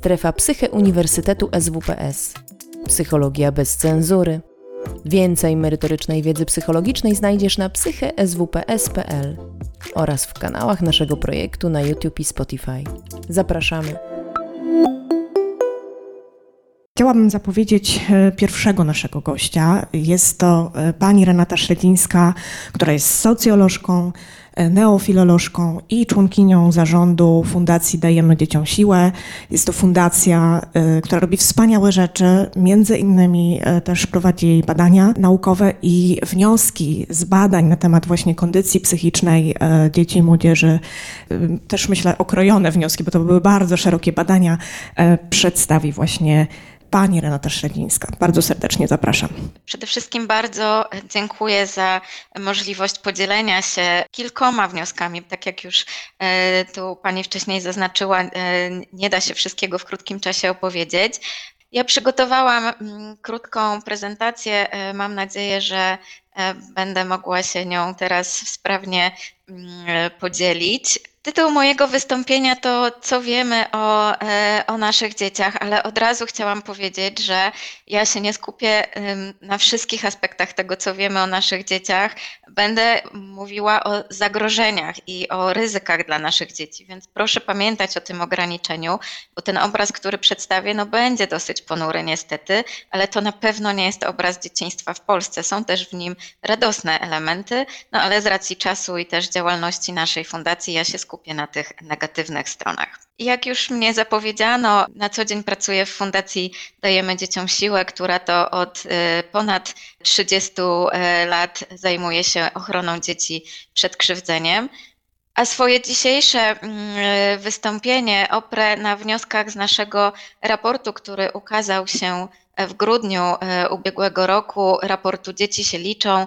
Strefa Psyche Uniwersytetu SWPS. Psychologia bez cenzury. Więcej merytorycznej wiedzy psychologicznej znajdziesz na psycheswps.pl oraz w kanałach naszego projektu na YouTube i Spotify. Zapraszamy. Chciałabym zapowiedzieć pierwszego naszego gościa. Jest to pani Renata Szredińska, która jest socjolożką, neofilolożką i członkinią zarządu Fundacji Dajemy Dzieciom Siłę. Jest to fundacja, która robi wspaniałe rzeczy, między innymi też prowadzi badania naukowe i wnioski z badań na temat właśnie kondycji psychicznej dzieci i młodzieży, też myślę okrojone wnioski, bo to były bardzo szerokie badania, przedstawi właśnie pani Renata Szredińska. Bardzo serdecznie zapraszam. Przede wszystkim bardzo dziękuję za możliwość podzielenia się kilkoma wnioskami. Tak jak już tu pani wcześniej zaznaczyła, nie da się wszystkiego w krótkim czasie opowiedzieć. Ja przygotowałam krótką prezentację. Mam nadzieję, że będę mogła się nią teraz sprawnie podzielić. Tytuł mojego wystąpienia to co wiemy o naszych dzieciach, ale od razu chciałam powiedzieć, że ja się nie skupię na wszystkich aspektach tego, co wiemy o naszych dzieciach. Będę mówiła o zagrożeniach i o ryzykach dla naszych dzieci, więc proszę pamiętać o tym ograniczeniu, bo ten obraz, który przedstawię, będzie dosyć ponury niestety, ale to na pewno nie jest obraz dzieciństwa w Polsce. Są też w nim radosne elementy, ale z racji czasu i też działalności naszej fundacji ja się skupię na tych negatywnych stronach. Jak już mnie zapowiedziano, na co dzień pracuję w Fundacji Dajemy Dzieciom Siłę, która to od ponad 30 lat zajmuje się ochroną dzieci przed krzywdzeniem. A swoje dzisiejsze wystąpienie oprę na wnioskach z naszego raportu, który ukazał się w grudniu ubiegłego roku, raportu Dzieci się liczą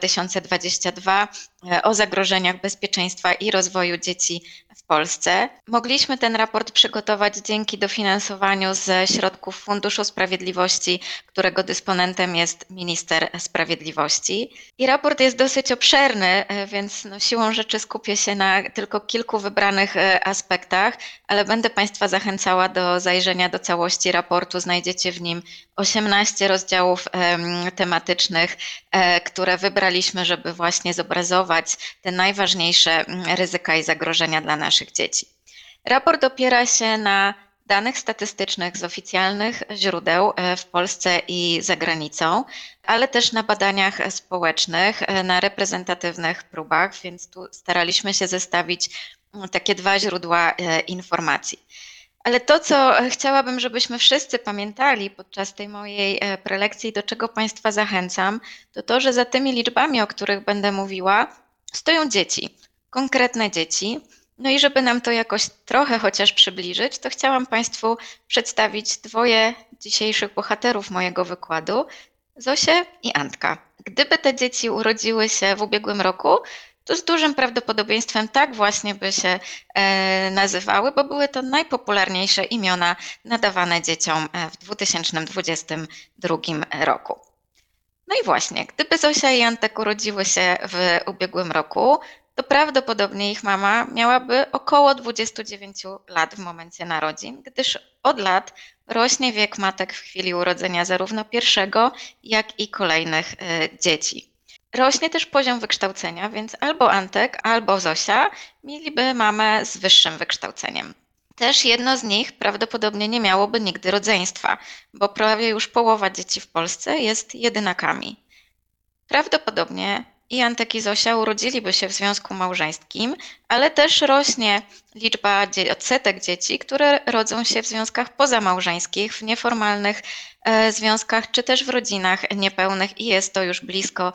2022 o zagrożeniach bezpieczeństwa i rozwoju dzieci w Polsce. Mogliśmy ten raport przygotować dzięki dofinansowaniu ze środków Funduszu Sprawiedliwości, którego dysponentem jest minister sprawiedliwości. I raport jest dosyć obszerny, więc siłą rzeczy skupię się na tylko kilku wybranych aspektach, ale będę Państwa zachęcała do zajrzenia do całości raportu. Znajdziecie w nim 18 rozdziałów tematycznych, które wybraliśmy, żeby właśnie zobrazować te najważniejsze ryzyka i zagrożenia dla naszych dzieci. Raport opiera się na danych statystycznych z oficjalnych źródeł w Polsce i za granicą, ale też na badaniach społecznych, na reprezentatywnych próbach, więc tu staraliśmy się zestawić takie dwa źródła informacji. Ale to, co chciałabym, żebyśmy wszyscy pamiętali podczas tej mojej prelekcji, do czego Państwa zachęcam, to to, że za tymi liczbami, o których będę mówiła, stoją dzieci, konkretne dzieci. I żeby nam to jakoś trochę chociaż przybliżyć, to chciałam Państwu przedstawić dwoje dzisiejszych bohaterów mojego wykładu, Zosię i Antka. Gdyby te dzieci urodziły się w ubiegłym roku, to z dużym prawdopodobieństwem tak właśnie by się nazywały, bo były to najpopularniejsze imiona nadawane dzieciom w 2022 roku. I właśnie, gdyby Zosia i Antek urodziły się w ubiegłym roku, to prawdopodobnie ich mama miałaby około 29 lat w momencie narodzin, gdyż od lat rośnie wiek matek w chwili urodzenia zarówno pierwszego, jak i kolejnych dzieci. Rośnie też poziom wykształcenia, więc albo Antek, albo Zosia mieliby mamę z wyższym wykształceniem. Też jedno z nich prawdopodobnie nie miałoby nigdy rodzeństwa, bo prawie już połowa dzieci w Polsce jest jedynakami. Prawdopodobnie i Antek i Zosia urodziliby się w związku małżeńskim, ale też rośnie liczba odsetek dzieci, które rodzą się w związkach pozamałżeńskich, w nieformalnych związkach czy też w rodzinach niepełnych i jest to już blisko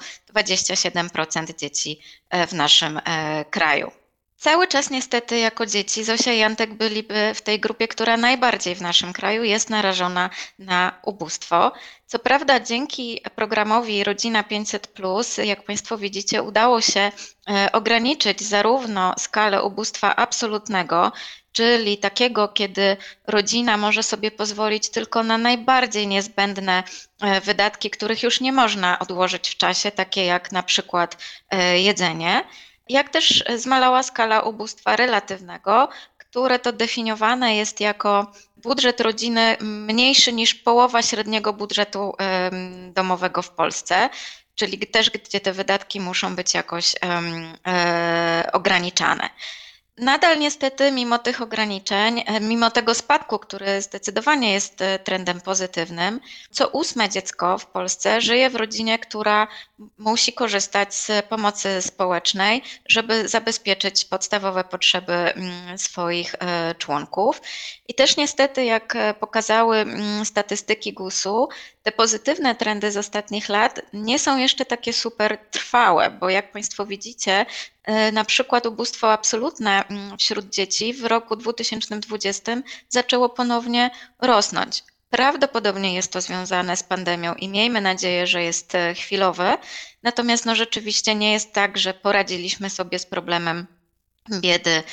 27% dzieci w naszym kraju. Cały czas niestety jako dzieci Zosia i Antek byliby w tej grupie, która najbardziej w naszym kraju jest narażona na ubóstwo. Co prawda dzięki programowi Rodzina 500+, jak Państwo widzicie, udało się ograniczyć zarówno skalę ubóstwa absolutnego, czyli takiego, kiedy rodzina może sobie pozwolić tylko na najbardziej niezbędne wydatki, których już nie można odłożyć w czasie, takie jak na przykład jedzenie, jak też zmalała skala ubóstwa relatywnego, które to definiowane jest jako budżet rodziny mniejszy niż połowa średniego budżetu domowego w Polsce, czyli też gdzie te wydatki muszą być jakoś ograniczane. Nadal niestety mimo tych ograniczeń, mimo tego spadku, który zdecydowanie jest trendem pozytywnym, co 8 dziecko w Polsce żyje w rodzinie, która musi korzystać z pomocy społecznej, żeby zabezpieczyć podstawowe potrzeby swoich członków. I też niestety, jak pokazały statystyki GUS-u, te pozytywne trendy z ostatnich lat nie są jeszcze takie super trwałe, bo jak Państwo widzicie, na przykład ubóstwo absolutne wśród dzieci w roku 2020 zaczęło ponownie rosnąć. Prawdopodobnie jest to związane z pandemią i miejmy nadzieję, że jest chwilowe, natomiast rzeczywiście nie jest tak, że poradziliśmy sobie z problemem biedy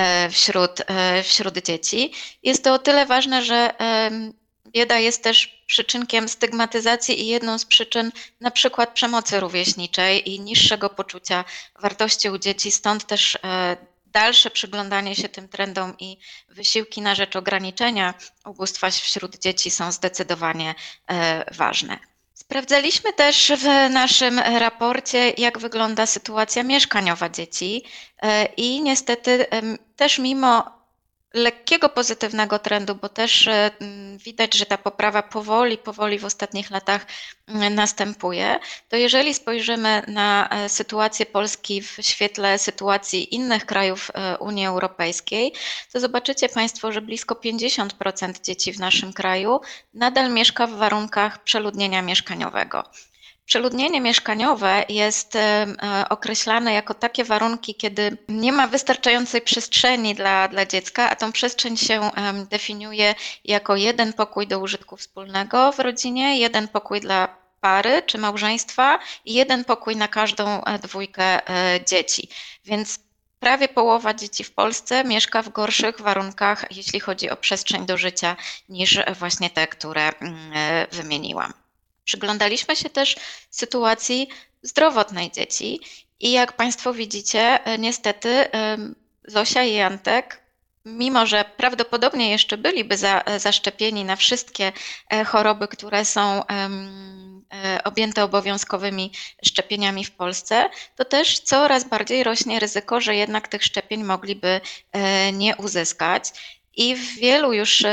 wśród dzieci. Jest to o tyle ważne, że bieda jest też przyczynkiem stygmatyzacji i jedną z przyczyn na przykład przemocy rówieśniczej i niższego poczucia wartości u dzieci, stąd też dalsze przyglądanie się tym trendom i wysiłki na rzecz ograniczenia ubóstwa wśród dzieci są zdecydowanie ważne. Sprawdzaliśmy też w naszym raporcie, jak wygląda sytuacja mieszkaniowa dzieci i niestety też mimo lekkiego pozytywnego trendu, bo też widać, że ta poprawa powoli w ostatnich latach następuje, to jeżeli spojrzymy na sytuację Polski w świetle sytuacji innych krajów Unii Europejskiej, to zobaczycie Państwo, że blisko 50% dzieci w naszym kraju nadal mieszka w warunkach przeludnienia mieszkaniowego. Przeludnienie mieszkaniowe jest określane jako takie warunki, kiedy nie ma wystarczającej przestrzeni dla dziecka, a tą przestrzeń się definiuje jako jeden pokój do użytku wspólnego w rodzinie, jeden pokój dla pary czy małżeństwa i jeden pokój na każdą dwójkę dzieci. Więc prawie połowa dzieci w Polsce mieszka w gorszych warunkach, jeśli chodzi o przestrzeń do życia, niż właśnie te, które wymieniłam. Przyglądaliśmy się też sytuacji zdrowotnej dzieci i jak Państwo widzicie, niestety Zosia i Antek, mimo że prawdopodobnie jeszcze byliby zaszczepieni na wszystkie choroby, które są objęte obowiązkowymi szczepieniami w Polsce, to też coraz bardziej rośnie ryzyko, że jednak tych szczepień mogliby nie uzyskać. I w wielu już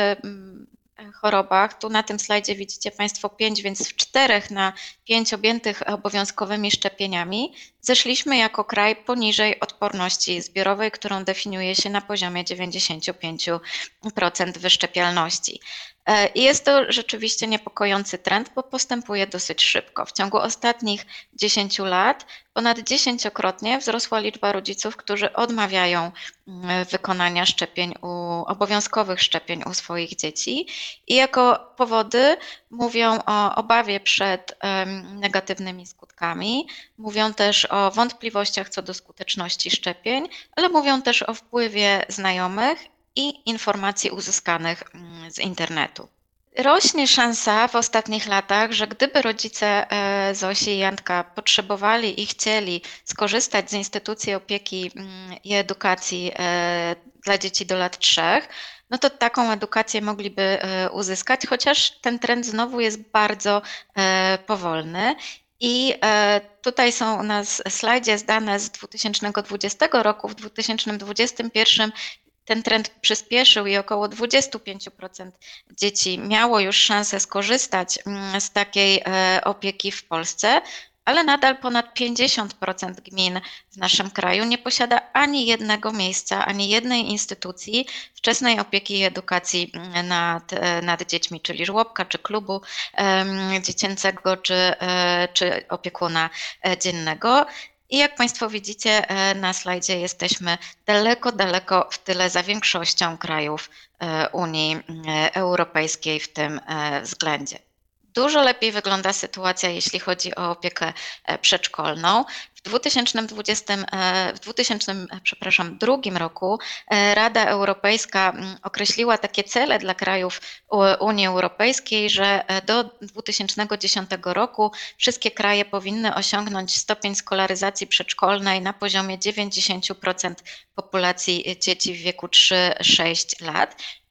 chorobach, tu na tym slajdzie widzicie Państwo 5, więc w 4 na 5 objętych obowiązkowymi szczepieniami zeszliśmy jako kraj poniżej odporności zbiorowej, którą definiuje się na poziomie 95% wyszczepialności. I jest to rzeczywiście niepokojący trend, bo postępuje dosyć szybko. W ciągu ostatnich 10 lat ponad 10-krotnie wzrosła liczba rodziców, którzy odmawiają wykonania obowiązkowych szczepień u swoich dzieci i jako powody mówią o obawie przed negatywnymi skutkami, mówią też o wątpliwościach co do skuteczności szczepień, ale mówią też o wpływie znajomych i informacji uzyskanych z internetu. Rośnie szansa w ostatnich latach, że gdyby rodzice Zosi i Jantka potrzebowali i chcieli skorzystać z instytucji opieki i edukacji dla dzieci do lat 3, no to taką edukację mogliby uzyskać, chociaż ten trend znowu jest bardzo powolny. I tutaj są na slajdzie dane z 2020 roku. W 2021 ten trend przyspieszył i około 25% dzieci miało już szansę skorzystać z takiej opieki w Polsce, ale nadal ponad 50% gmin w naszym kraju nie posiada ani jednego miejsca, ani jednej instytucji wczesnej opieki i edukacji nad dziećmi, czyli żłobka, czy klubu dziecięcego, czy opiekuna dziennego. I jak Państwo widzicie na slajdzie, jesteśmy daleko w tyle za większością krajów Unii Europejskiej w tym względzie. Dużo lepiej wygląda sytuacja, jeśli chodzi o opiekę przedszkolną. W 2002 roku Rada Europejska określiła takie cele dla krajów Unii Europejskiej, że do 2010 roku wszystkie kraje powinny osiągnąć stopień skolaryzacji przedszkolnej na poziomie 90% populacji dzieci w wieku 3-6 lat.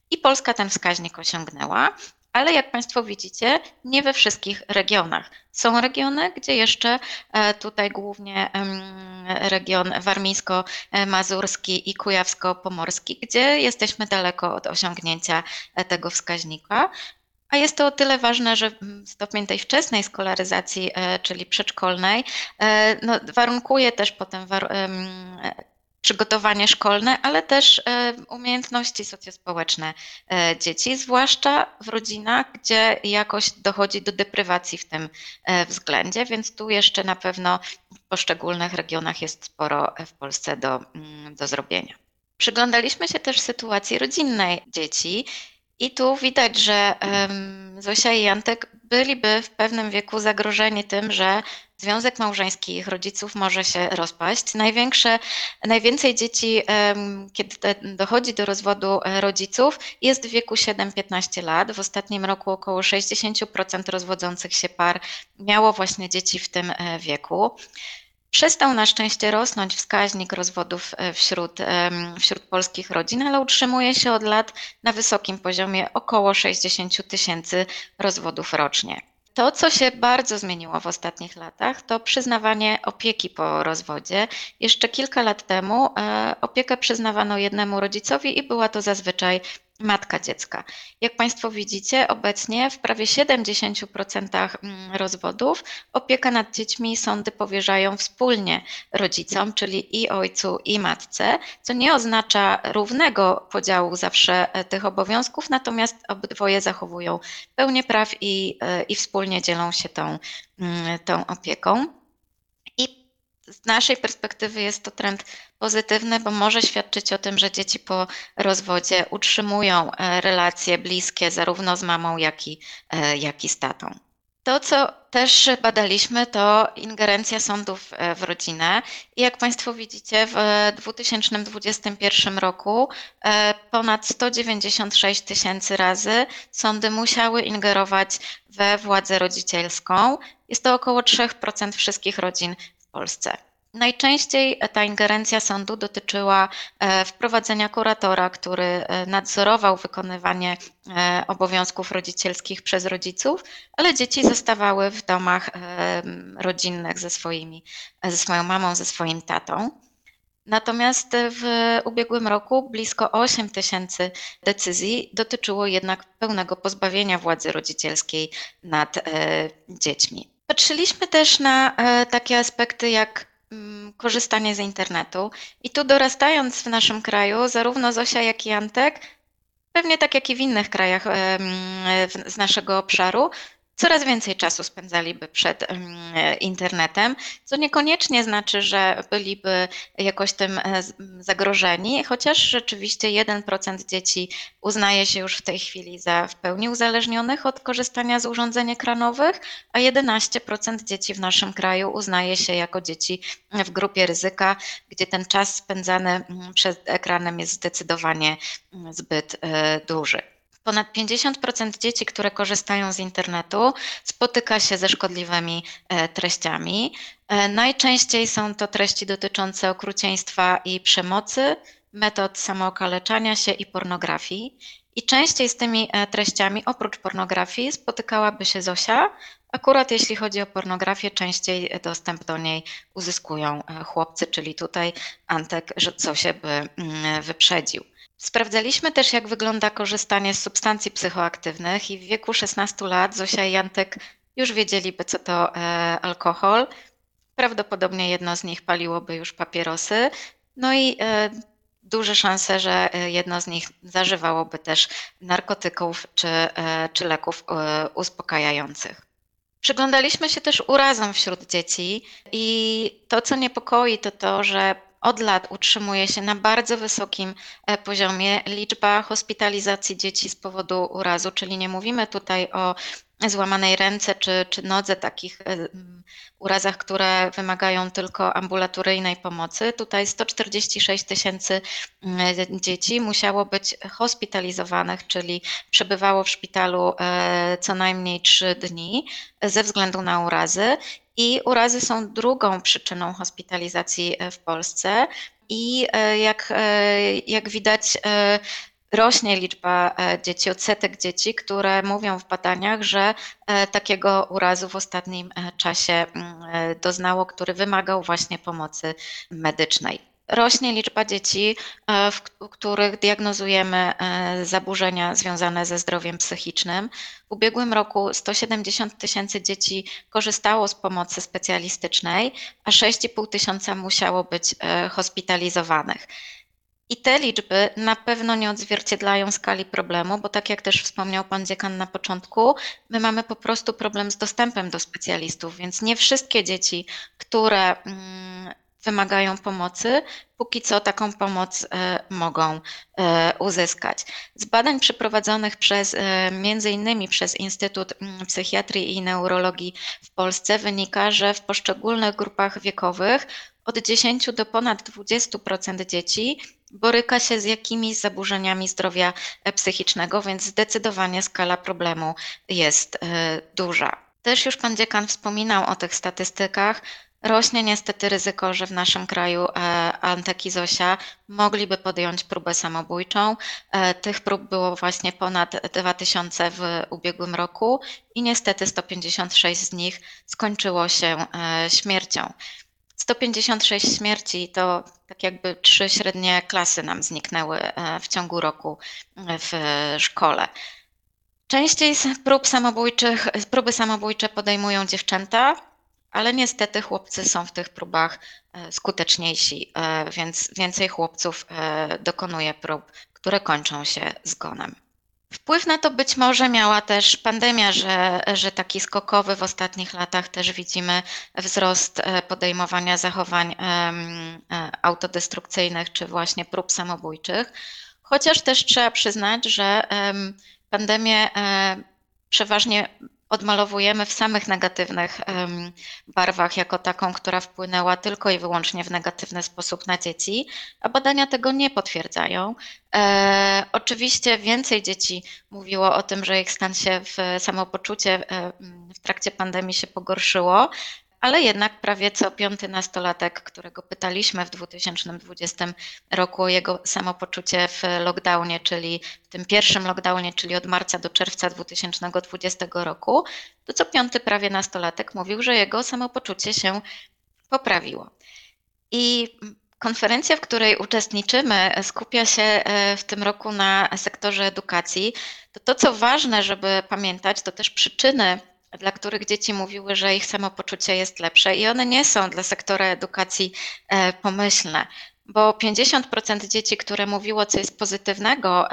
i Polska ten wskaźnik osiągnęła. Ale jak Państwo widzicie, nie we wszystkich regionach. Są regiony, gdzie jeszcze tutaj głównie region warmińsko-mazurski i kujawsko-pomorski, gdzie jesteśmy daleko od osiągnięcia tego wskaźnika. A jest to o tyle ważne, że stopień tej wczesnej skolaryzacji, czyli przedszkolnej, warunkuje też potem przygotowanie szkolne, ale też umiejętności socjospołeczne dzieci, zwłaszcza w rodzinach, gdzie jakoś dochodzi do deprywacji w tym względzie, więc tu jeszcze na pewno w poszczególnych regionach jest sporo w Polsce do zrobienia. Przyglądaliśmy się też sytuacji rodzinnej dzieci i tu widać, że Zosia i Jantek byliby w pewnym wieku zagrożeni tym, że związek małżeński ich rodziców może się rozpaść. Najwięcej dzieci, kiedy dochodzi do rozwodu rodziców, jest w wieku 7-15 lat. W ostatnim roku około 60% rozwodzących się par miało właśnie dzieci w tym wieku. Przestał na szczęście rosnąć wskaźnik rozwodów wśród polskich rodzin, ale utrzymuje się od lat na wysokim poziomie około 60 000 rozwodów rocznie. To, co się bardzo zmieniło w ostatnich latach, to przyznawanie opieki po rozwodzie. Jeszcze kilka lat temu opiekę przyznawano jednemu rodzicowi i była to zazwyczaj matka dziecka. Jak Państwo widzicie, obecnie w prawie 70% rozwodów opiekę nad dziećmi sądy powierzają wspólnie rodzicom, czyli i ojcu, i matce, co nie oznacza równego podziału zawsze tych obowiązków, natomiast obydwoje zachowują pełnię praw i wspólnie dzielą się tą opieką. Z naszej perspektywy jest to trend pozytywny, bo może świadczyć o tym, że dzieci po rozwodzie utrzymują relacje bliskie zarówno z mamą, jak i z tatą. To, co też badaliśmy, to ingerencja sądów w rodzinę. I jak Państwo widzicie, w 2021 roku ponad 196 000 razy sądy musiały ingerować we władzę rodzicielską. Jest to około 3% wszystkich rodzin w Polsce. Najczęściej ta ingerencja sądu dotyczyła wprowadzenia kuratora, który nadzorował wykonywanie obowiązków rodzicielskich przez rodziców, ale dzieci zostawały w domach rodzinnych ze swoją mamą, ze swoim tatą. Natomiast w ubiegłym roku blisko 8 000 decyzji dotyczyło jednak pełnego pozbawienia władzy rodzicielskiej nad dziećmi. Patrzyliśmy też na takie aspekty jak korzystanie z internetu i tu dorastając w naszym kraju, zarówno Zosia, jak i Antek, pewnie tak jak i w innych krajach z naszego obszaru, coraz więcej czasu spędzaliby przed internetem, co niekoniecznie znaczy, że byliby jakoś tym zagrożeni, chociaż rzeczywiście 1% dzieci uznaje się już w tej chwili za w pełni uzależnionych od korzystania z urządzeń ekranowych, a 11% dzieci w naszym kraju uznaje się jako dzieci w grupie ryzyka, gdzie ten czas spędzany przed ekranem jest zdecydowanie zbyt duży. Ponad 50% dzieci, które korzystają z internetu, spotyka się ze szkodliwymi treściami. Najczęściej są to treści dotyczące okrucieństwa i przemocy, metod samookaleczania się i pornografii. I częściej z tymi treściami, oprócz pornografii, spotykałaby się Zosia. Akurat jeśli chodzi o pornografię, częściej dostęp do niej uzyskują chłopcy, czyli tutaj Antek Zosię by wyprzedził. Sprawdzaliśmy też, jak wygląda korzystanie z substancji psychoaktywnych i w wieku 16 lat Zosia i Jantek już wiedzieliby, co to alkohol. Prawdopodobnie jedno z nich paliłoby już papierosy, no i duże szanse, że jedno z nich zażywałoby też narkotyków czy leków uspokajających. Przyglądaliśmy się też urazom wśród dzieci i to, co niepokoi, to to, że od lat utrzymuje się na bardzo wysokim poziomie liczba hospitalizacji dzieci z powodu urazu, czyli nie mówimy tutaj o złamanej ręce czy nodze, takich urazach, które wymagają tylko ambulatoryjnej pomocy. Tutaj 146 000 dzieci musiało być hospitalizowanych, czyli przebywało w szpitalu co najmniej 3 dni ze względu na urazy. I urazy są drugą przyczyną hospitalizacji w Polsce i jak widać rośnie liczba dzieci, odsetek dzieci, które mówią w badaniach, że takiego urazu w ostatnim czasie doznało, który wymagał właśnie pomocy medycznej. Rośnie liczba dzieci, u których diagnozujemy zaburzenia związane ze zdrowiem psychicznym. W ubiegłym roku 170 tysięcy dzieci korzystało z pomocy specjalistycznej, a 6,5 tysiąca musiało być hospitalizowanych. I te liczby na pewno nie odzwierciedlają skali problemu, bo tak jak też wspomniał pan dziekan na początku, my mamy po prostu problem z dostępem do specjalistów, więc nie wszystkie dzieci, które wymagają pomocy, póki co taką pomoc mogą uzyskać. Z badań przeprowadzonych między innymi przez Instytut Psychiatrii i Neurologii w Polsce wynika, że w poszczególnych grupach wiekowych od 10 do ponad 20% dzieci boryka się z jakimiś zaburzeniami zdrowia psychicznego, więc zdecydowanie skala problemu jest duża. Też już pan dziekan wspominał o tych statystykach. Rośnie niestety ryzyko, że w naszym kraju Antek i Zosia mogliby podjąć próbę samobójczą. Tych prób było właśnie ponad 2000 w ubiegłym roku i niestety 156 z nich skończyło się śmiercią. 156 śmierci to tak jakby 3 średnie klasy nam zniknęły w ciągu roku w szkole. Częściej próby samobójcze podejmują dziewczęta, ale niestety chłopcy są w tych próbach skuteczniejsi, więc więcej chłopców dokonuje prób, które kończą się zgonem. Wpływ na to być może miała też pandemia, że taki skokowy w ostatnich latach też widzimy wzrost podejmowania zachowań autodestrukcyjnych czy właśnie prób samobójczych, chociaż też trzeba przyznać, że pandemię przeważnie odmalowujemy w samych negatywnych barwach jako taką, która wpłynęła tylko i wyłącznie w negatywny sposób na dzieci, a badania tego nie potwierdzają. Oczywiście więcej dzieci mówiło o tym, że ich stan się samopoczucie w trakcie pandemii się pogorszyło, ale jednak prawie co 5. nastolatek, którego pytaliśmy w 2020 roku o jego samopoczucie w lockdownie, czyli w tym pierwszym lockdownie, czyli od marca do czerwca 2020 roku, to co 5. prawie nastolatek mówił, że jego samopoczucie się poprawiło. I konferencja, w której uczestniczymy, skupia się w tym roku na sektorze edukacji. To co ważne, żeby pamiętać, to też przyczyny, dla których dzieci mówiły, że ich samopoczucie jest lepsze i one nie są dla sektora edukacji pomyślne, bo 50% dzieci, które mówiło, co jest pozytywnego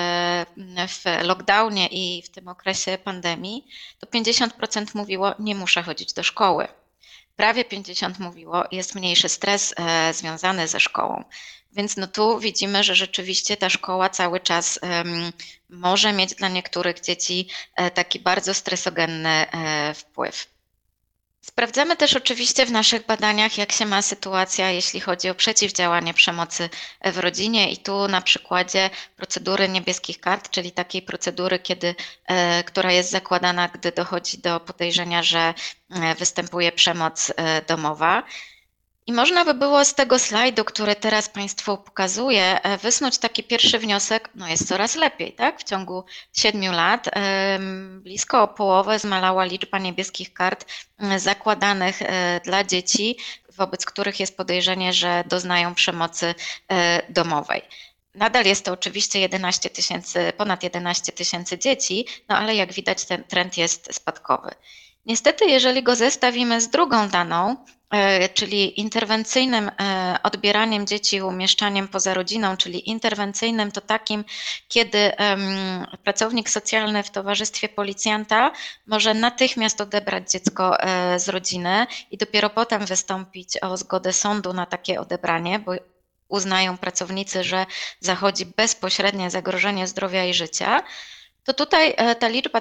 w lockdownie i w tym okresie pandemii, to 50% mówiło, nie muszę chodzić do szkoły. Prawie 50% mówiło, jest mniejszy stres związany ze szkołą. Więc tu widzimy, że rzeczywiście ta szkoła cały czas może mieć dla niektórych dzieci taki bardzo stresogenny wpływ. Sprawdzamy też oczywiście w naszych badaniach, jak się ma sytuacja, jeśli chodzi o przeciwdziałanie przemocy w rodzinie i tu na przykładzie procedury niebieskich kart, czyli takiej procedury, która jest zakładana, gdy dochodzi do podejrzenia, że występuje przemoc domowa. I można by było z tego slajdu, który teraz Państwu pokazuję, wysnuć taki pierwszy wniosek, jest coraz lepiej, tak? W ciągu 7 lat blisko o połowę zmalała liczba niebieskich kart zakładanych dla dzieci, wobec których jest podejrzenie, że doznają przemocy domowej. Nadal jest to oczywiście ponad 11 tysięcy dzieci, ale jak widać ten trend jest spadkowy. Niestety, jeżeli go zestawimy z drugą daną, czyli interwencyjnym odbieraniem dzieci i umieszczaniem poza rodziną, czyli interwencyjnym to takim, kiedy pracownik socjalny w towarzystwie policjanta może natychmiast odebrać dziecko z rodziny i dopiero potem wystąpić o zgodę sądu na takie odebranie, bo uznają pracownicy, że zachodzi bezpośrednie zagrożenie zdrowia i życia. To tutaj ta liczba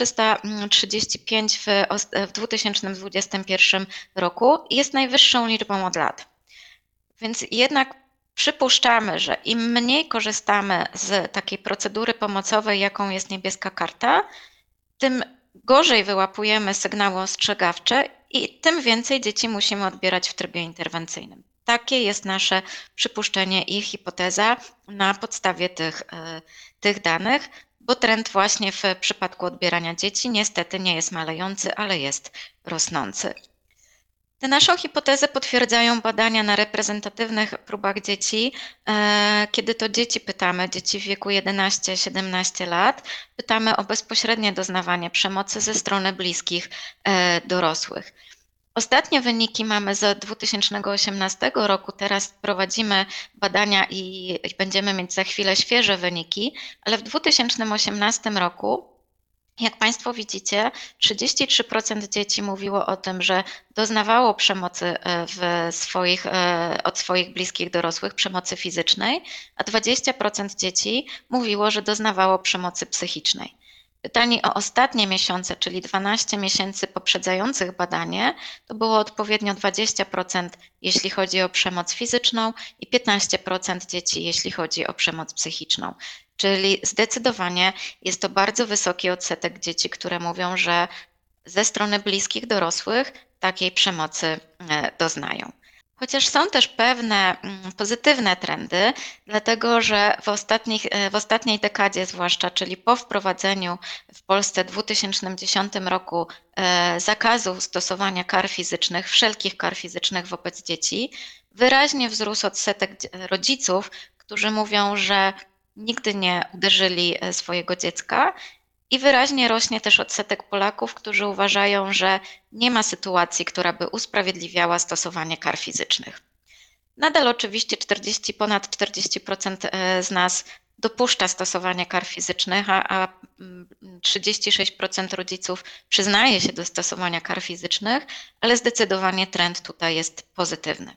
1335 w 2021 roku jest najwyższą liczbą od lat. Więc jednak przypuszczamy, że im mniej korzystamy z takiej procedury pomocowej, jaką jest niebieska karta, tym gorzej wyłapujemy sygnały ostrzegawcze i tym więcej dzieci musimy odbierać w trybie interwencyjnym. Takie jest nasze przypuszczenie i hipoteza na podstawie tych danych, bo trend właśnie w przypadku odbierania dzieci niestety nie jest malejący, ale jest rosnący. Tę naszą hipotezę potwierdzają badania na reprezentatywnych próbach dzieci. Kiedy to dzieci pytamy, dzieci w wieku 11-17 lat, pytamy o bezpośrednie doznawanie przemocy ze strony bliskich dorosłych. Ostatnie wyniki mamy z 2018 roku, teraz prowadzimy badania i będziemy mieć za chwilę świeże wyniki, ale w 2018 roku, jak Państwo widzicie, 33% dzieci mówiło o tym, że doznawało przemocy od swoich bliskich dorosłych, przemocy fizycznej, a 20% dzieci mówiło, że doznawało przemocy psychicznej. Pytani o ostatnie miesiące, czyli 12 miesięcy poprzedzających badanie, to było odpowiednio 20%, jeśli chodzi o przemoc fizyczną i 15% dzieci, jeśli chodzi o przemoc psychiczną. Czyli zdecydowanie jest to bardzo wysoki odsetek dzieci, które mówią, że ze strony bliskich dorosłych takiej przemocy doznają. Chociaż są też pewne pozytywne trendy, dlatego że w ostatniej dekadzie zwłaszcza, czyli po wprowadzeniu w Polsce w 2010 roku zakazu stosowania kar fizycznych, wszelkich kar fizycznych wobec dzieci, wyraźnie wzrósł odsetek rodziców, którzy mówią, że nigdy nie uderzyli swojego dziecka. I wyraźnie rośnie też odsetek Polaków, którzy uważają, że nie ma sytuacji, która by usprawiedliwiała stosowanie kar fizycznych. Nadal oczywiście ponad 40% z nas dopuszcza stosowanie kar fizycznych, a 36% rodziców przyznaje się do stosowania kar fizycznych, ale zdecydowanie trend tutaj jest pozytywny.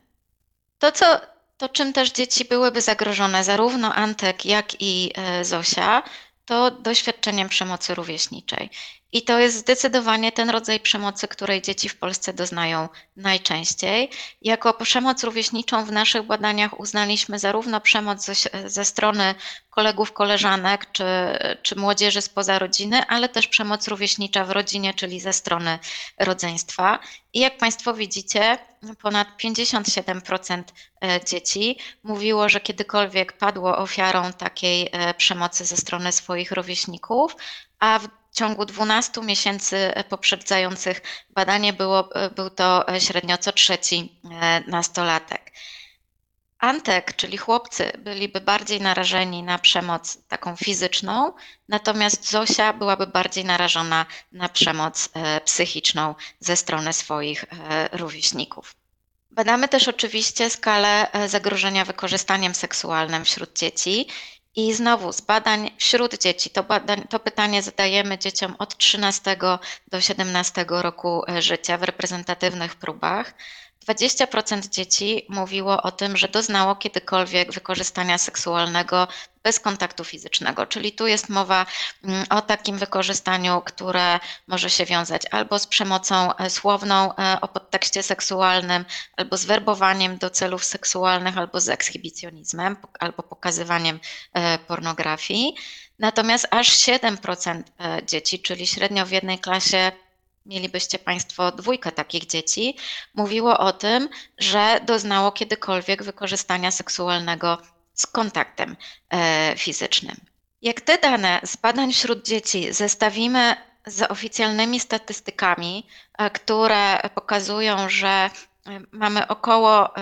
To czym też dzieci byłyby zagrożone, zarówno Antek, jak i Zosia, to doświadczeniem przemocy rówieśniczej. I to jest zdecydowanie ten rodzaj przemocy, której dzieci w Polsce doznają najczęściej. Jako przemoc rówieśniczą w naszych badaniach uznaliśmy zarówno przemoc ze strony kolegów, koleżanek czy młodzieży spoza rodziny, ale też przemoc rówieśnicza w rodzinie, czyli ze strony rodzeństwa. I jak Państwo widzicie, ponad 57% dzieci mówiło, że kiedykolwiek padło ofiarą takiej przemocy ze strony swoich rówieśników, a w ciągu 12 miesięcy poprzedzających badanie był to średnio co trzeci nastolatek. Antek, czyli chłopcy, byliby bardziej narażeni na przemoc taką fizyczną, natomiast Zosia byłaby bardziej narażona na przemoc psychiczną ze strony swoich rówieśników. Badamy też oczywiście skalę zagrożenia wykorzystaniem seksualnym wśród dzieci. I znowu z badań wśród dzieci, to pytanie zadajemy dzieciom od 13 do 17 roku życia w reprezentatywnych próbach. 20% dzieci mówiło o tym, że doznało kiedykolwiek wykorzystania seksualnego bez kontaktu fizycznego, czyli tu jest mowa o takim wykorzystaniu, które może się wiązać albo z przemocą słowną o podtekście seksualnym, albo z werbowaniem do celów seksualnych, albo z ekshibicjonizmem, albo pokazywaniem pornografii. Natomiast aż 7% dzieci, czyli średnio w jednej klasie mielibyście Państwo 2 takich dzieci, mówiło o tym, że doznało kiedykolwiek wykorzystania seksualnego z kontaktem fizycznym. Jak te dane z badań wśród dzieci zestawimy z oficjalnymi statystykami, które pokazują, że mamy około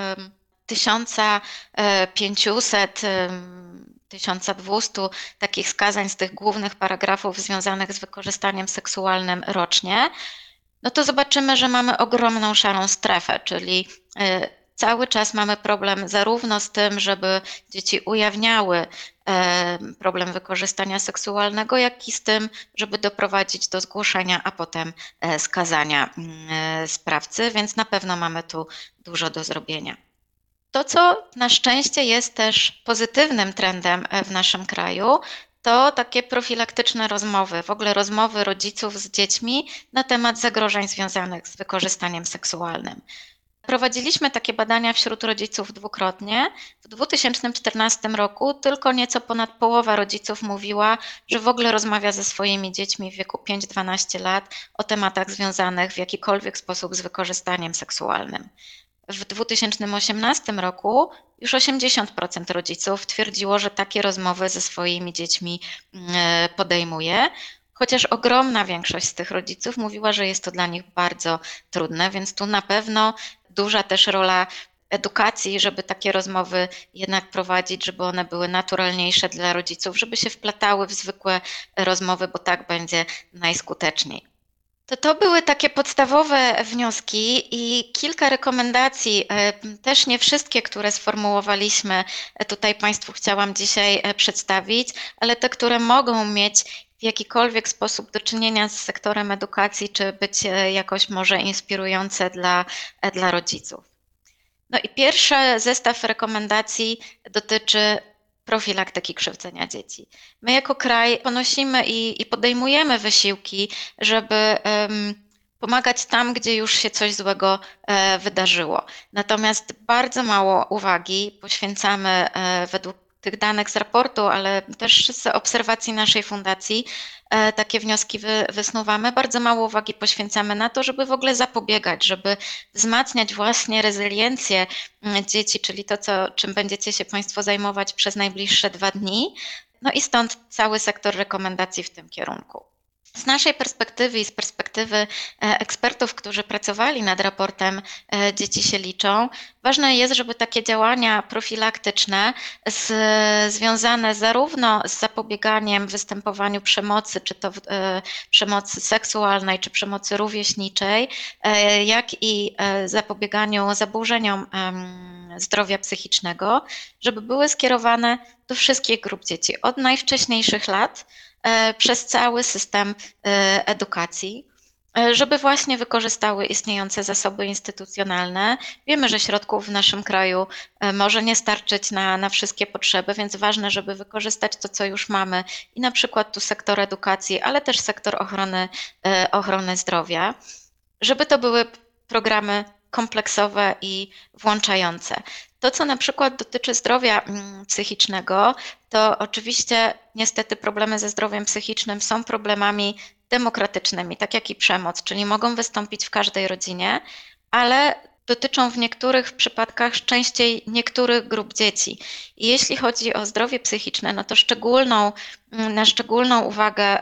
1500 1200 takich skazań z tych głównych paragrafów związanych z wykorzystaniem seksualnym rocznie, no to zobaczymy, że mamy ogromną szarą strefę, czyli cały czas mamy problem zarówno z tym, żeby dzieci ujawniały problem wykorzystania seksualnego, jak i z tym, żeby doprowadzić do zgłoszenia, a potem skazania sprawcy, więc na pewno mamy tu dużo do zrobienia. To, co na szczęście jest też pozytywnym trendem w naszym kraju, to takie profilaktyczne rozmowy, w ogóle rozmowy rodziców z dziećmi na temat zagrożeń związanych z wykorzystaniem seksualnym. Prowadziliśmy takie badania wśród rodziców dwukrotnie. W 2014 roku tylko nieco ponad połowa rodziców mówiła, że w ogóle rozmawia ze swoimi dziećmi w wieku 5-12 lat o tematach związanych w jakikolwiek sposób z wykorzystaniem seksualnym. w 2018 roku już 80% rodziców twierdziło, że takie rozmowy ze swoimi dziećmi podejmuje, chociaż ogromna większość z tych rodziców mówiła, że jest to dla nich bardzo trudne, więc tu na pewno duża też rola edukacji, żeby takie rozmowy jednak prowadzić, żeby one były naturalniejsze dla rodziców, żeby się wplatały w zwykłe rozmowy, bo tak będzie najskuteczniej. To były takie podstawowe wnioski i kilka rekomendacji, też nie wszystkie, które sformułowaliśmy, tutaj Państwu chciałam dzisiaj przedstawić, ale te, które mogą mieć w jakikolwiek sposób do czynienia z sektorem edukacji, czy być jakoś może inspirujące dla rodziców. No i pierwszy zestaw rekomendacji dotyczy profilaktyki krzywdzenia dzieci. My jako kraj ponosimy i podejmujemy wysiłki, żeby pomagać tam, gdzie już się coś złego wydarzyło. Natomiast bardzo mało uwagi poświęcamy według tych danych z raportu, ale też z obserwacji naszej fundacji takie wnioski wysnuwamy. Bardzo mało uwagi poświęcamy na to, żeby w ogóle zapobiegać, żeby wzmacniać właśnie rezyliencję dzieci, czyli to, czym będziecie się Państwo zajmować przez najbliższe 2 dni. No i stąd cały sektor rekomendacji w tym kierunku. Z naszej perspektywy i z perspektywy ekspertów, którzy pracowali nad raportem Dzieci się liczą, ważne jest, żeby takie działania profilaktyczne związane zarówno z zapobieganiem występowaniu przemocy, czy to przemocy seksualnej, czy przemocy rówieśniczej, jak i zapobieganiu zaburzeniom zdrowia psychicznego, żeby były skierowane do wszystkich grup dzieci, od najwcześniejszych lat, przez cały system edukacji, żeby właśnie wykorzystały istniejące zasoby instytucjonalne. Wiemy, że środków w naszym kraju może nie starczyć na wszystkie potrzeby, więc ważne, żeby wykorzystać to, co już mamy i na przykład tu sektor edukacji, ale też sektor ochrony zdrowia, żeby to były programy kompleksowe i włączające. To, co na przykład dotyczy zdrowia psychicznego, to oczywiście niestety problemy ze zdrowiem psychicznym są problemami demokratycznymi, tak jak i przemoc, czyli mogą wystąpić w każdej rodzinie, ale dotyczą w niektórych przypadkach częściej niektórych grup dzieci. I jeśli chodzi o zdrowie psychiczne, no to na szczególną uwagę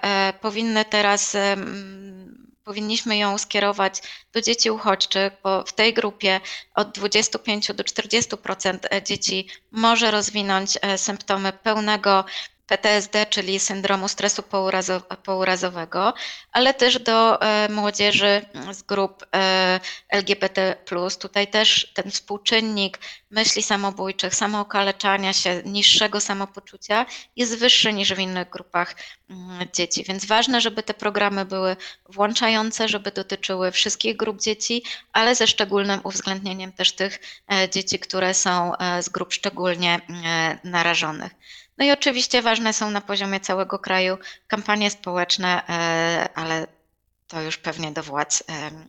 powinniśmy ją skierować do dzieci uchodźczych, bo w tej grupie od 25 do 40% dzieci może rozwinąć symptomy pełnego PTSD, czyli syndromu stresu pourazowego, ale też do młodzieży z grup LGBT+. Tutaj też ten współczynnik myśli samobójczych, samookaleczania się, niższego samopoczucia jest wyższy niż w innych grupach dzieci. Więc ważne, żeby te programy były włączające, żeby dotyczyły wszystkich grup dzieci, ale ze szczególnym uwzględnieniem też tych dzieci, które są z grup szczególnie narażonych. No i oczywiście ważne są na poziomie całego kraju kampanie społeczne, ale to już pewnie do władz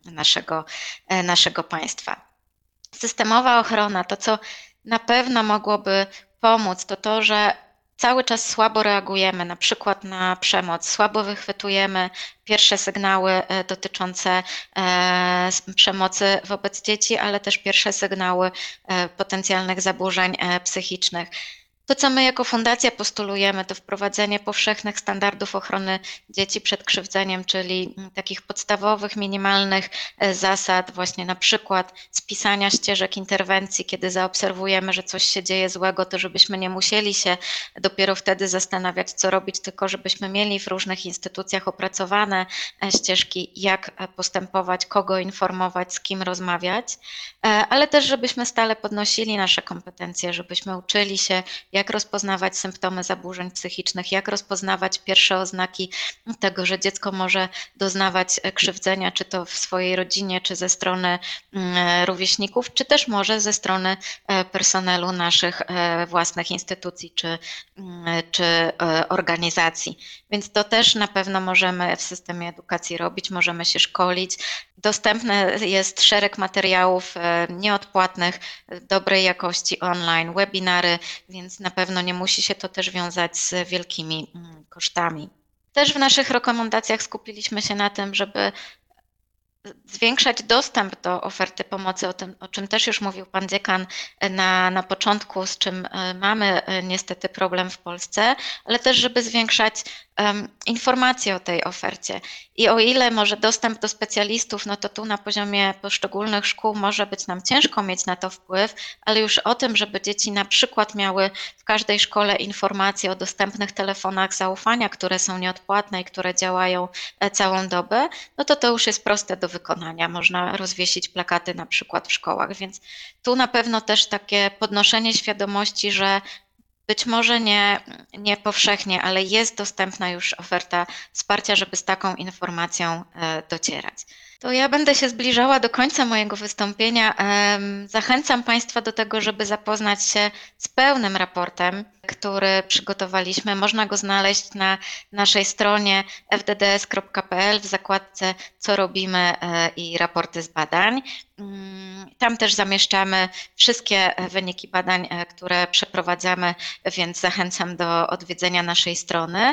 naszego państwa. Systemowa ochrona, to co na pewno mogłoby pomóc, to, że cały czas słabo reagujemy, na przykład na przemoc, słabo wychwytujemy pierwsze sygnały dotyczące przemocy wobec dzieci, ale też pierwsze sygnały potencjalnych zaburzeń psychicznych. To, co my jako fundacja postulujemy, to wprowadzenie powszechnych standardów ochrony dzieci przed krzywdzeniem, czyli takich podstawowych, minimalnych zasad, właśnie na przykład spisania ścieżek interwencji, kiedy zaobserwujemy, że coś się dzieje złego, to żebyśmy nie musieli się dopiero wtedy zastanawiać, co robić, tylko żebyśmy mieli w różnych instytucjach opracowane ścieżki, jak postępować, kogo informować, z kim rozmawiać, ale też żebyśmy stale podnosili nasze kompetencje, żebyśmy uczyli się, jak rozpoznawać symptomy zaburzeń psychicznych, jak rozpoznawać pierwsze oznaki tego, że dziecko może doznawać krzywdzenia, czy to w swojej rodzinie, czy ze strony rówieśników, czy też może ze strony personelu naszych własnych instytucji, czy organizacji. Więc to też na pewno możemy w systemie edukacji robić, możemy się szkolić. Dostępny jest szereg materiałów nieodpłatnych, dobrej jakości online, webinary, więc na pewno nie musi się to też wiązać z wielkimi kosztami. Też w naszych rekomendacjach skupiliśmy się na tym, żeby zwiększać dostęp do oferty pomocy, o czym też już mówił pan dziekan na początku, z czym mamy niestety problem w Polsce, ale też żeby zwiększać informacje o tej ofercie. I o ile może dostęp do specjalistów, no to tu na poziomie poszczególnych szkół może być nam ciężko mieć na to wpływ, ale już o tym, żeby dzieci na przykład miały w każdej szkole informacje o dostępnych telefonach zaufania, które są nieodpłatne i które działają całą dobę, no to już jest proste do wykonania. Można rozwiesić plakaty na przykład w szkołach, więc tu na pewno też takie podnoszenie świadomości, że być może nie powszechnie, ale jest dostępna już oferta wsparcia, żeby z taką informacją docierać. To ja będę się zbliżała do końca mojego wystąpienia. Zachęcam Państwa do tego, żeby zapoznać się z pełnym raportem, który przygotowaliśmy. Można go znaleźć na naszej stronie fdds.pl w zakładce Co robimy i raporty z badań. Tam też zamieszczamy wszystkie wyniki badań, które przeprowadzamy, więc zachęcam do odwiedzenia naszej strony.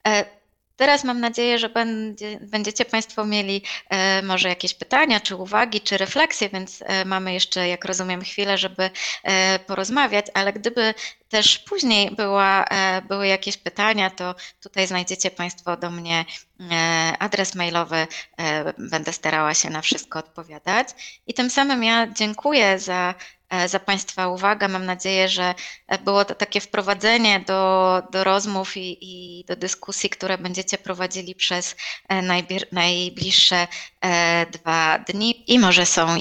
Teraz mam nadzieję, że będziecie Państwo mieli może jakieś pytania, czy uwagi, czy refleksje, więc mamy jeszcze, jak rozumiem, chwilę, żeby porozmawiać, ale gdyby też później były jakieś pytania, to tutaj znajdziecie Państwo do mnie adres mailowy, będę starała się na wszystko odpowiadać. I tym samym ja dziękuję za Państwa uwagę. Mam nadzieję, że było to takie wprowadzenie do rozmów i do dyskusji, które będziecie prowadzili przez najbliższe 2 dni i może są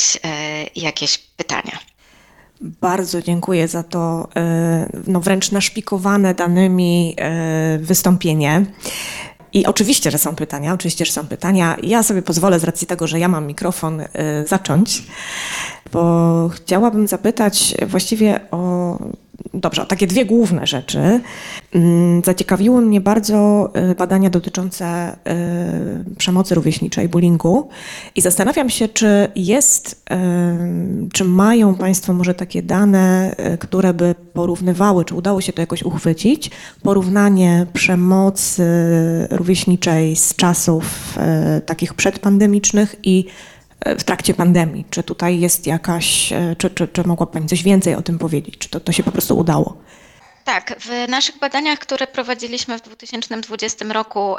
jakieś pytania. Bardzo dziękuję za to wręcz naszpikowane danymi wystąpienie. I oczywiście, że są pytania. Ja sobie pozwolę z racji tego, że ja mam mikrofon, zacząć, bo chciałabym zapytać właściwie o takie 2 główne rzeczy. Zaciekawiły mnie bardzo badania dotyczące przemocy rówieśniczej, bullyingu i zastanawiam się, czy mają Państwo może takie dane, które by porównywały, czy udało się to jakoś uchwycić, porównanie przemocy rówieśniczej z czasów takich przedpandemicznych i w trakcie pandemii. Czy tutaj jest jakaś, czy mogła Pani coś więcej o tym powiedzieć? Czy to się po prostu udało? Tak, w naszych badaniach, które prowadziliśmy w 2020 roku,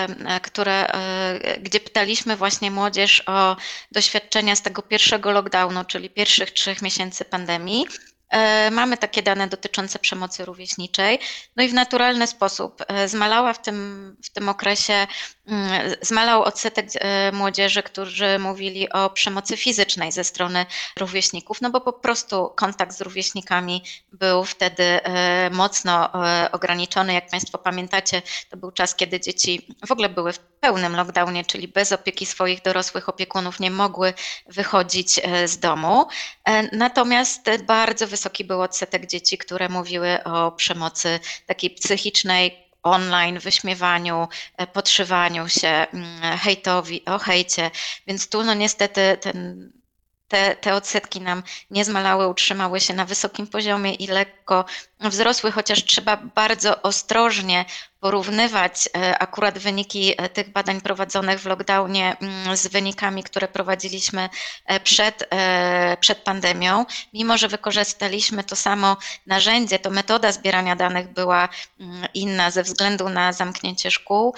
gdzie pytaliśmy właśnie młodzież o doświadczenia z tego pierwszego lockdownu, czyli pierwszych 3 miesięcy pandemii, mamy takie dane dotyczące przemocy rówieśniczej. No i w naturalny sposób zmalała w tym okresie, zmalał odsetek młodzieży, którzy mówili o przemocy fizycznej ze strony rówieśników, no bo po prostu kontakt z rówieśnikami był wtedy mocno ograniczony. Jak Państwo pamiętacie, to był czas, kiedy dzieci w ogóle były w pełnym lockdownie, czyli bez opieki swoich dorosłych opiekunów nie mogły wychodzić z domu. Natomiast bardzo wysoki był odsetek dzieci, które mówiły o przemocy takiej psychicznej, online, wyśmiewaniu, podszywaniu się, o hejcie, więc tu no niestety te odsetki nam nie zmalały, utrzymały się na wysokim poziomie i lekko wzrosły, chociaż trzeba bardzo ostrożnie porównywać akurat wyniki tych badań prowadzonych w lockdownie z wynikami, które prowadziliśmy przed pandemią. Mimo że wykorzystaliśmy to samo narzędzie, to metoda zbierania danych była inna ze względu na zamknięcie szkół.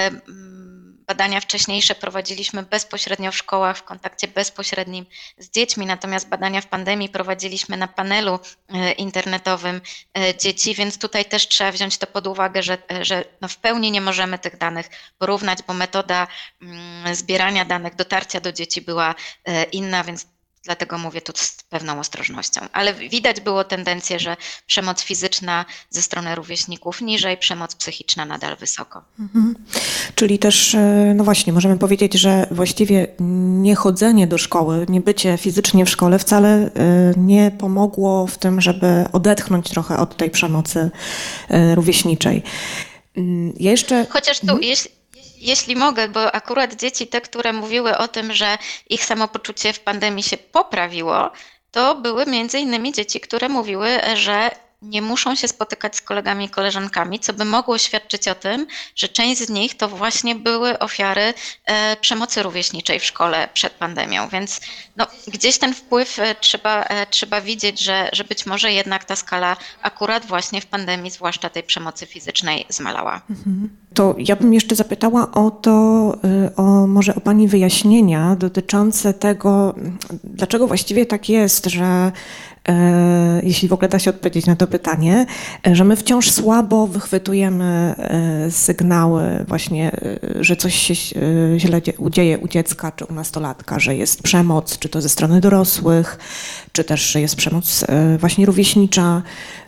Badania wcześniejsze prowadziliśmy bezpośrednio w szkołach, w kontakcie bezpośrednim z dziećmi, natomiast badania w pandemii prowadziliśmy na panelu internetowym dzieci, więc tutaj też trzeba wziąć to pod uwagę, że no w pełni nie możemy tych danych porównać, bo metoda zbierania danych, dotarcia do dzieci była inna, więc dlatego mówię tu z pewną ostrożnością. Ale widać było tendencję, że przemoc fizyczna ze strony rówieśników niżej, przemoc psychiczna nadal wysoko. Mhm. Czyli też, no właśnie, możemy powiedzieć, że właściwie niechodzenie do szkoły, niebycie fizycznie w szkole wcale nie pomogło w tym, żeby odetchnąć trochę od tej przemocy rówieśniczej. Ja jeszcze... Chociaż tu jeśli mogę, bo akurat dzieci te, które mówiły o tym, że ich samopoczucie w pandemii się poprawiło, to były między innymi dzieci, które mówiły, że nie muszą się spotykać z kolegami i koleżankami, co by mogło świadczyć o tym, że część z nich to właśnie były ofiary przemocy rówieśniczej w szkole przed pandemią, więc no, gdzieś ten wpływ trzeba widzieć, że być może jednak ta skala akurat właśnie w pandemii, zwłaszcza tej przemocy fizycznej, zmalała. To ja bym jeszcze zapytała o to, może o Pani wyjaśnienia dotyczące tego, dlaczego właściwie tak jest, że jeśli w ogóle da się odpowiedzieć na to pytanie, że my wciąż słabo wychwytujemy sygnały właśnie, że coś się źle dzieje u dziecka czy u nastolatka, że jest przemoc, czy to ze strony dorosłych, czy też, że jest przemoc właśnie rówieśnicza.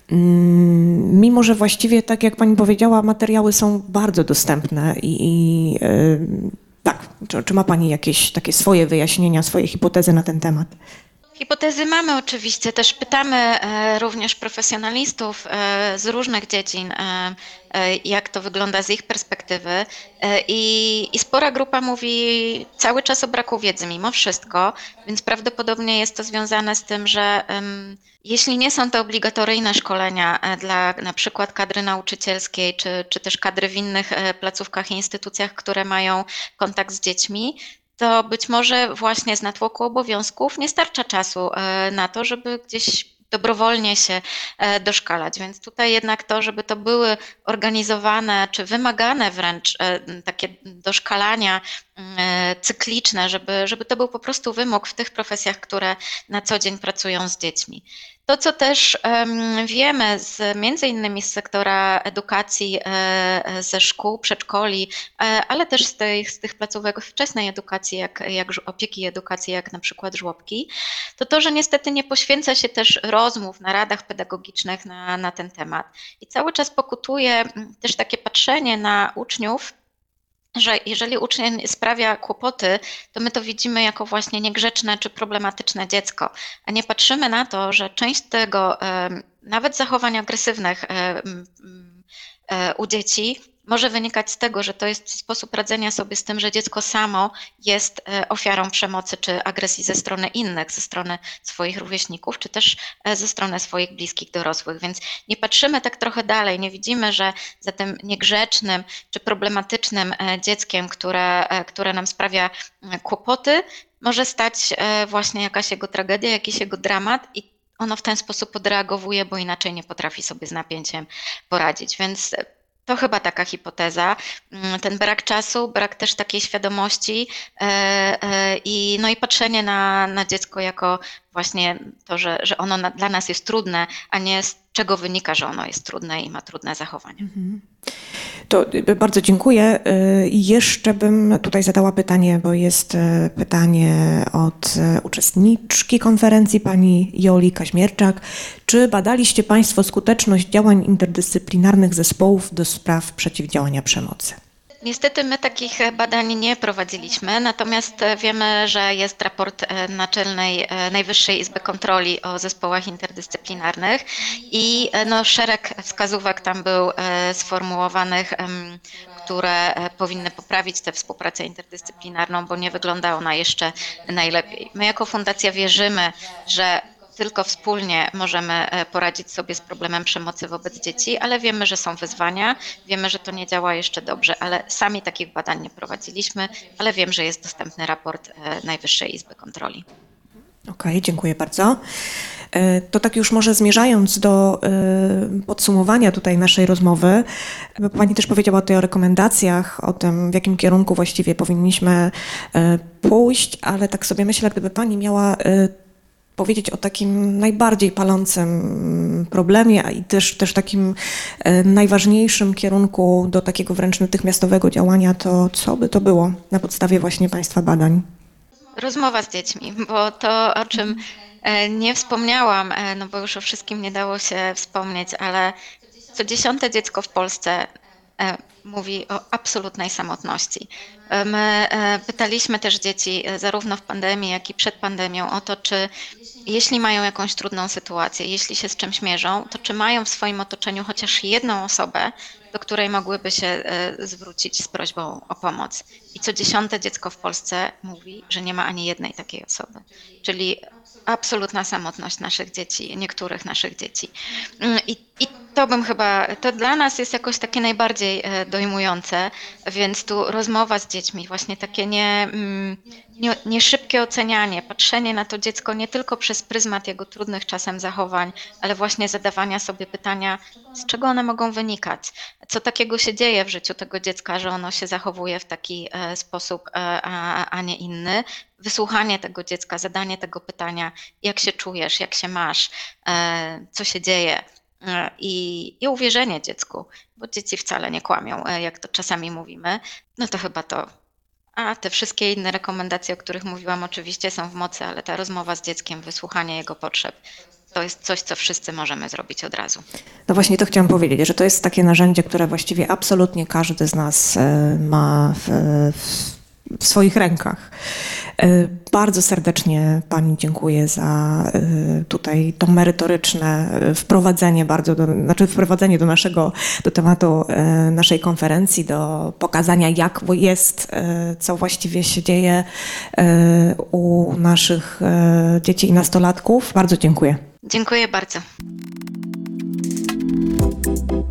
Mimo że właściwie, tak jak Pani powiedziała, materiały są bardzo dostępne i tak, czy ma Pani jakieś takie swoje wyjaśnienia, swoje hipotezy na ten temat? Hipotezy mamy oczywiście, też pytamy również profesjonalistów z różnych dziedzin, jak to wygląda z ich perspektywy i spora grupa mówi cały czas o braku wiedzy mimo wszystko, więc prawdopodobnie jest to związane z tym, że jeśli nie są to obligatoryjne szkolenia dla na przykład kadry nauczycielskiej czy też kadry w innych placówkach i instytucjach, które mają kontakt z dziećmi, to być może właśnie z natłoku obowiązków nie starcza czasu na to, żeby gdzieś dobrowolnie się doszkalać. Więc tutaj jednak to, żeby to były organizowane czy wymagane wręcz takie doszkalania cykliczne, żeby to był po prostu wymóg w tych profesjach, które na co dzień pracują z dziećmi. To, co też wiemy między innymi z sektora edukacji, ze szkół, przedszkoli, ale też z tych placówek wczesnej edukacji, jak opieki i edukacji, jak na przykład żłobki, to, że niestety nie poświęca się też rozmów na radach pedagogicznych na ten temat. I cały czas pokutuje też takie patrzenie na uczniów, że jeżeli uczeń sprawia kłopoty, to my to widzimy jako właśnie niegrzeczne czy problematyczne dziecko, a nie patrzymy na to, że część tego, nawet zachowań agresywnych u dzieci, może wynikać z tego, że to jest sposób radzenia sobie z tym, że dziecko samo jest ofiarą przemocy czy agresji ze strony innych, ze strony swoich rówieśników, czy też ze strony swoich bliskich dorosłych. Więc nie patrzymy tak trochę dalej, nie widzimy, że za tym niegrzecznym czy problematycznym dzieckiem, które nam sprawia kłopoty, może stać właśnie jakaś jego tragedia, jakiś jego dramat i ono w ten sposób odreagowuje, bo inaczej nie potrafi sobie z napięciem poradzić. Więc to chyba taka hipoteza. Ten brak czasu, brak też takiej świadomości i patrzenie na dziecko jako właśnie to, że ono dla nas jest trudne, a nie z czego wynika, że ono jest trudne i ma trudne zachowania. To bardzo dziękuję. Jeszcze bym tutaj zadała pytanie, bo jest pytanie od uczestniczki konferencji, pani Joli Kaźmierczak. Czy badaliście Państwo skuteczność działań interdyscyplinarnych zespołów do spraw przeciwdziałania przemocy? Niestety my takich badań nie prowadziliśmy, natomiast wiemy, że jest raport Naczelnej Najwyższej Izby Kontroli o zespołach interdyscyplinarnych i szereg wskazówek tam był sformułowanych, które powinny poprawić tę współpracę interdyscyplinarną, bo nie wygląda ona jeszcze najlepiej. My jako fundacja wierzymy, że tylko wspólnie możemy poradzić sobie z problemem przemocy wobec dzieci, ale wiemy, że są wyzwania, wiemy, że to nie działa jeszcze dobrze, ale sami takich badań nie prowadziliśmy, ale wiem, że jest dostępny raport Najwyższej Izby Kontroli. Okej, dziękuję bardzo. To tak już może zmierzając do podsumowania tutaj naszej rozmowy, bo Pani też powiedziała tutaj o rekomendacjach, o tym, w jakim kierunku właściwie powinniśmy pójść, ale tak sobie myślę, gdyby Pani miała powiedzieć o takim najbardziej palącym problemie, a i też takim najważniejszym kierunku do takiego wręcz natychmiastowego działania, to co by to było na podstawie właśnie Państwa badań? Rozmowa z dziećmi, bo to, o czym nie wspomniałam, bo już o wszystkim nie dało się wspomnieć, ale co 10. dziecko w Polsce mówi o absolutnej samotności. My pytaliśmy też dzieci zarówno w pandemii, jak i przed pandemią o to, czy jeśli mają jakąś trudną sytuację, jeśli się z czymś mierzą, to czy mają w swoim otoczeniu chociaż jedną osobę, do której mogłyby się zwrócić z prośbą o pomoc. I co 10. dziecko w Polsce mówi, że nie ma ani jednej takiej osoby. Czyli absolutna samotność naszych dzieci, niektórych naszych dzieci. I to dla nas jest jakoś takie najbardziej dojmujące, więc tu rozmowa z dziećmi, właśnie takie nie szybkie ocenianie, patrzenie na to dziecko nie tylko przez pryzmat jego trudnych czasem zachowań, ale właśnie zadawania sobie pytania, z czego one mogą wynikać, co takiego się dzieje w życiu tego dziecka, że ono się zachowuje w taki sposób, a nie inny. Wysłuchanie tego dziecka, zadanie tego pytania, jak się czujesz, jak się masz, co się dzieje. I uwierzenie dziecku, bo dzieci wcale nie kłamią, jak to czasami mówimy, no to chyba to. A te wszystkie inne rekomendacje, o których mówiłam, oczywiście są w mocy, ale ta rozmowa z dzieckiem, wysłuchanie jego potrzeb, to jest coś, co wszyscy możemy zrobić od razu. No właśnie to chciałam powiedzieć, że to jest takie narzędzie, które właściwie absolutnie każdy z nas ma w swoich rękach. Bardzo serdecznie Pani dziękuję za tutaj to merytoryczne wprowadzenie do tematu naszej konferencji, do pokazania, jak jest, co właściwie się dzieje u naszych dzieci i nastolatków. Bardzo dziękuję. Dziękuję bardzo.